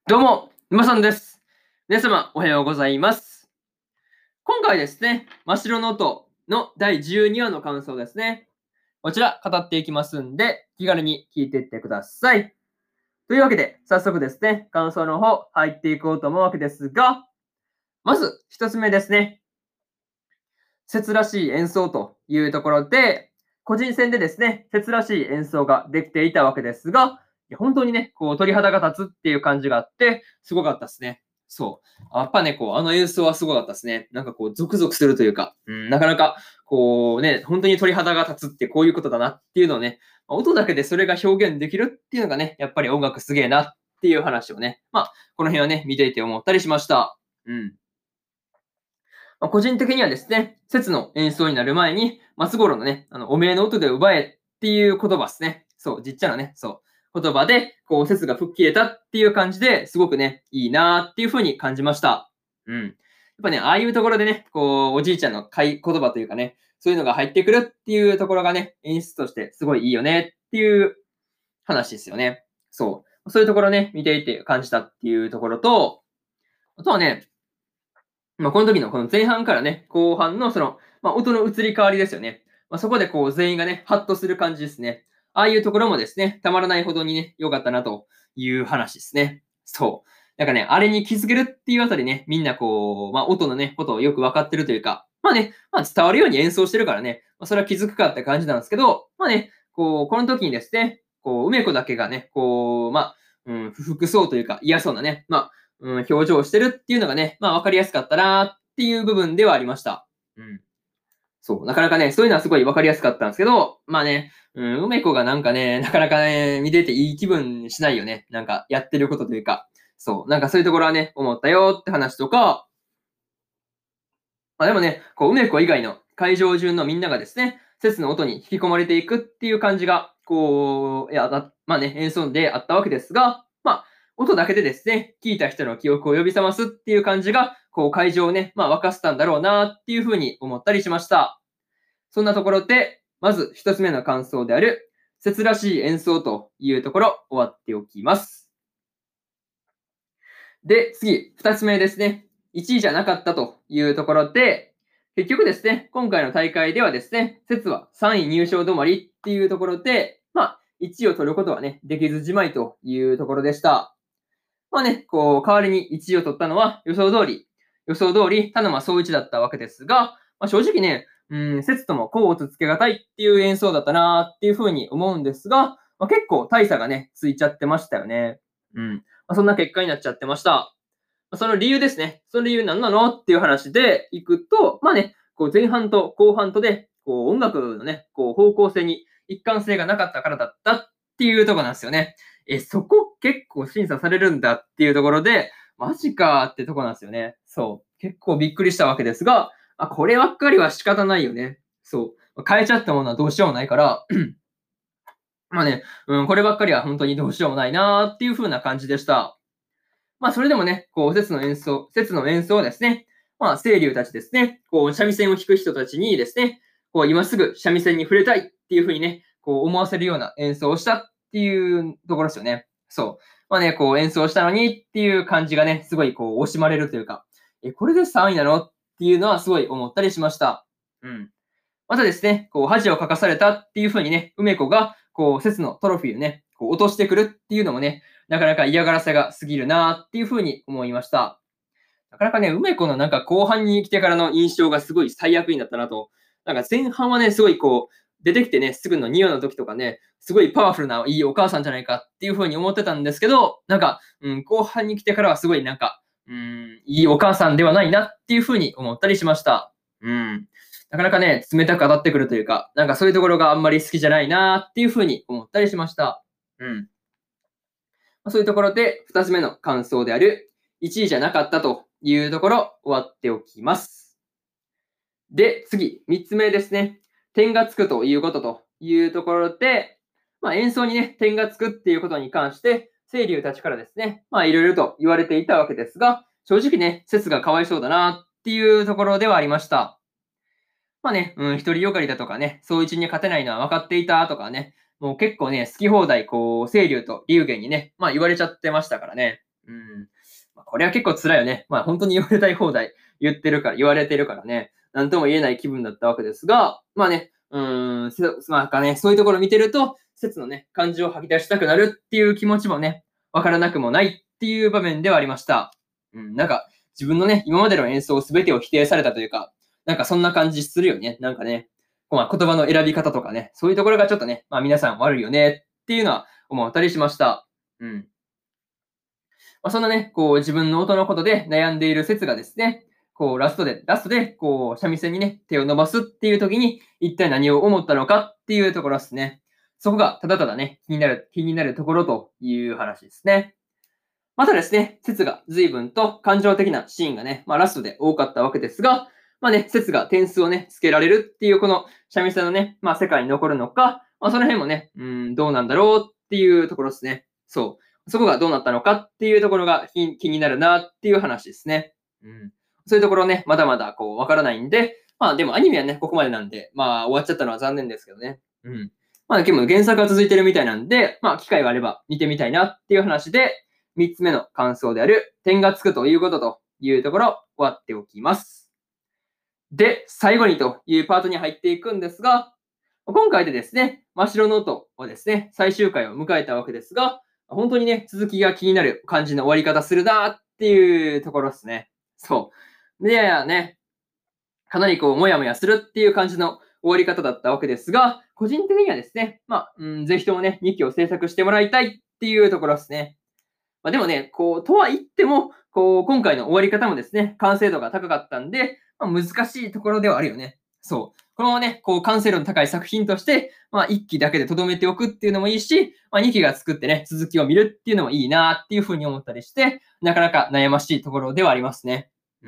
どうも、沼さんです。皆様、おはようございます。今回ですね、真っ白の音の第12話の感想ですね。こちら、語っていきますんで、気軽に聞いていってください。というわけで、早速ですね、感想の方、入っていこうと思うわけですが、まず、一つ目ですね、節らしい演奏というところで、個人戦でですね、節らしい演奏ができていたわけですが、本当にね、こう鳥肌が立つっていう感じがあって、すごかったですね。そう。やっぱね、こう、あの演奏はすごかったですね。なんかこう、ゾクゾクするというか、なかなか、こうね、本当に鳥肌が立つってこういうことだなっていうのをね、音だけでそれが表現できるっていうのがね、やっぱり音楽すげえなっていう話をね、この辺はね、見ていて思ったりしました。うん。個人的にはですね、節の演奏になる前に、松五郎のね、おめえの音で奪えっていう言葉ですね。そう、じっちゃなね、そう、言葉で、こう、節が吹っ切れたっていう感じですごくね、いいなーっていう風に感じました。うん。やっぱね、ああいうところでね、こう、おじいちゃんの言葉というかね、そういうのが入ってくるっていうところがね、演出としてすごいいいよねっていう話ですよね。そう。そういうところね、見ていて感じたっていうところと、あとはね、この時のこの前半からね、後半のその、音の移り変わりですよね。そこでこう全員がね、ハッとする感じですね。ああいうところもですね、たまらないほどにね、良かったなという話ですね。そう。なんかね、あれに気づけるっていうあたりね、みんなこう、音のね、ことをよくわかってるというか、伝わるように演奏してるからね、それは気づくかって感じなんですけど、こう、この時にですね、こう、梅子だけがね、こう、不服そうというか嫌そうなね、表情をしてるっていうのがね、分かりやすかったなっていう部分ではありました。うん。そう、なかなかね、そういうのはすごい分かりやすかったんですけど、梅子がなんかね、なかなかね、見てていい気分しないよね。なんかやってることというか、そう、なんかそういうところはね、思ったよって話とか、でもね、こう梅子以外の会場中のみんながですね、節の音に引き込まれていくっていう感じが、こう、演奏であったわけですが、音だけでですね、聞いた人の記憶を呼び覚ますっていう感じが、こう会場をね、沸かせたんだろうなっていうふうに思ったりしました。そんなところで、まず一つ目の感想である、節らしい演奏というところ、終わっておきます。で、次、二つ目ですね。1位じゃなかったというところで、結局ですね、今回の大会ではですね、節は3位入賞止まりっていうところで、1位を取ることはね、できずじまいというところでした。こう、代わりに1位を取ったのは予想通り、田沼総一だったわけですが、正直ね、節とも甲乙つけがたいっていう演奏だったなっていうふうに思うんですが、結構大差がね、ついちゃってましたよね。うん。そんな結果になっちゃってました。その理由ですね。その理由何なのっていう話でいくと、こう前半と後半とで、こう音楽のね、こう方向性に一貫性がなかったからだったっていうところなんですよね。そこ結構審査されるんだっていうところで、マジかってとこなんですよね。そう。結構びっくりしたわけですが、こればっかりは仕方ないよね。そう。変えちゃったものはどうしようもないから、こればっかりは本当にどうしようもないなっていう風な感じでした。それでもね、こう、節の演奏をですね、清流たちですね、こう、三味線を弾く人たちにですね、こう、今すぐ三味線に触れたいっていう風にね、こう、思わせるような演奏をしたっていうところですよね。そう。こう、演奏したのにっていう感じがね、すごいこう、惜しまれるというか、これで3位なのっていうのはすごい思ったりしました。うん。またですね、こう恥をかかされたっていう風にね、梅子がこう節のトロフィーをね、こう落としてくるっていうのもね、なかなか嫌がらせが過ぎるなっていう風に思いました。なかなかね、梅子のなんか後半に来てからの印象がすごい最悪になったなと。なんか前半はね、すごいこう、出てきてね、すぐの2話の時とかね、すごいパワフルないいお母さんじゃないかっていう風に思ってたんですけど、後半に来てからはすごいなんか、いいお母さんではないなっていう風に思ったりしました。うん。なかなかね、冷たく当たってくるというか、なんかそういうところがあんまり好きじゃないなっていう風に思ったりしました。うん。そういうところで、2つ目の感想である、1位じゃなかったというところ、終わっておきます。で、次、3つ目ですね。点がつくということというところで、演奏にね、点がつくっていうことに関して、清流たちからですね、いろいろと言われていたわけですが、正直ね、説がかわいそうだなっていうところではありました。独りよがりだとかね、そう一に勝てないのは分かっていたとかね、もう結構ね、好き放題、こう、清流と龍玄にね、言われちゃってましたからね。 これは結構辛いよね。本当に言われたい放題言われてるからね、なんとも言えない気分だったわけですが、そういうところを見てると、節のね、感情を吐き出したくなるっていう気持ちもね、わからなくもないっていう場面ではありました。自分のね、今までの演奏全てを否定されたというか、そんな感じするよね。言葉の選び方とかね、そういうところがちょっとね、皆さん悪いよねっていうのは思ったりしました。そんなね、自分の音のことで悩んでいる説がですね、ラストで、三味線にね、手を伸ばすっていう時に、一体何を思ったのかっていうところですね。そこがただただね、気になるところという話ですね。またですね、説が随分と感情的なシーンがね、ラストで多かったわけですが、説が点数をね、つけられるっていうこの三味線のね、世界に残るのか、その辺もね、どうなんだろうっていうところですね。そこがどうなったのかっていうところが気になるなっていう話ですね。そういうところね、まだまだわからないんで、でもアニメはね、ここまでなんで、終わっちゃったのは残念ですけどね。でも原作が続いてるみたいなんで、機会があれば見てみたいなっていう話で、3つ目の感想である点がつくということというところ終わっておきます。で、最後にというパートに入っていくんですが、今回でですね、真っ白ノートはですね、最終回を迎えたわけですが、本当にね、続きが気になる感じの終わり方するなっていうところですね。でね、かなりもやもやするっていう感じの終わり方だったわけですが、個人的にはですね、ぜひともね、2期を制作してもらいたいっていうところですね。でもね、とは言っても、今回の終わり方もですね、完成度が高かったんで、難しいところではあるよね。このね、完成度の高い作品として、1期だけで留めておくっていうのもいいし、2期が作ってね、続きを見るっていうのもいいなっていうふうに思ったりして、なかなか悩ましいところではありますね。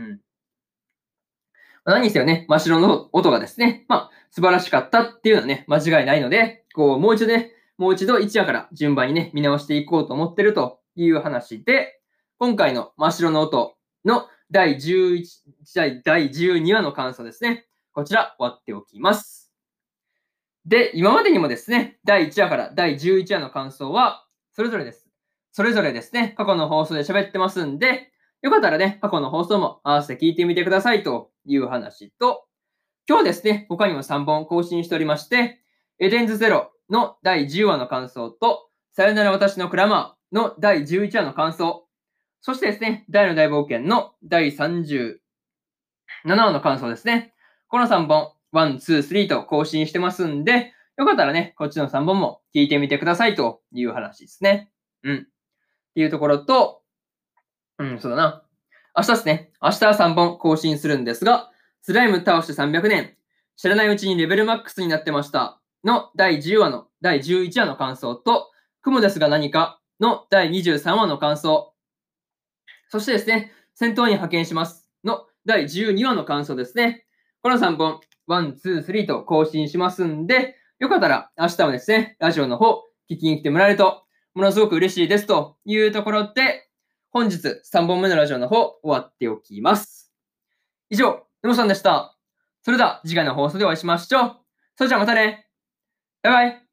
何にせよね、真っ白の音がですね、素晴らしかったっていうのはね、間違いないので、もう一度1話から順番にね、見直していこうと思ってるという話で、今回の真っ白の音の第12話の感想ですね。こちら、終わっておきます。で、今までにもですね、第1話から第11話の感想は、それぞれですね、過去の放送で喋ってますんで、よかったらね、過去の放送も合わせて聞いてみてくださいという話と、今日ですね、他にも3本更新しておりまして、エデンズゼロの第10話の感想と、さよなら私のクラマーの第11話の感想、そしてですね、大の大冒険の第37話の感想ですね。この3本、1、2、3と更新してますんで、よかったらね、こっちの3本も聞いてみてくださいという話ですね。っていうところと、そうだな。明日ですね。明日は3本更新するんですが、スライム倒して300年、知らないうちにレベルマックスになってましたの第10話の第11話の感想と、雲ですが何かの第23話の感想、そしてですね、戦闘に派遣しますの第12話の感想ですね。この3本、1、2、3と更新しますんで、よかったら明日もですね、ラジオの方、聞きに来てもらえると、ものすごく嬉しいですというところで、本日3本目のラジオの方、終わっておきます。以上、のもさんでした。それでは次回の放送でお会いしましょう。それじゃあまたね。バイバイ。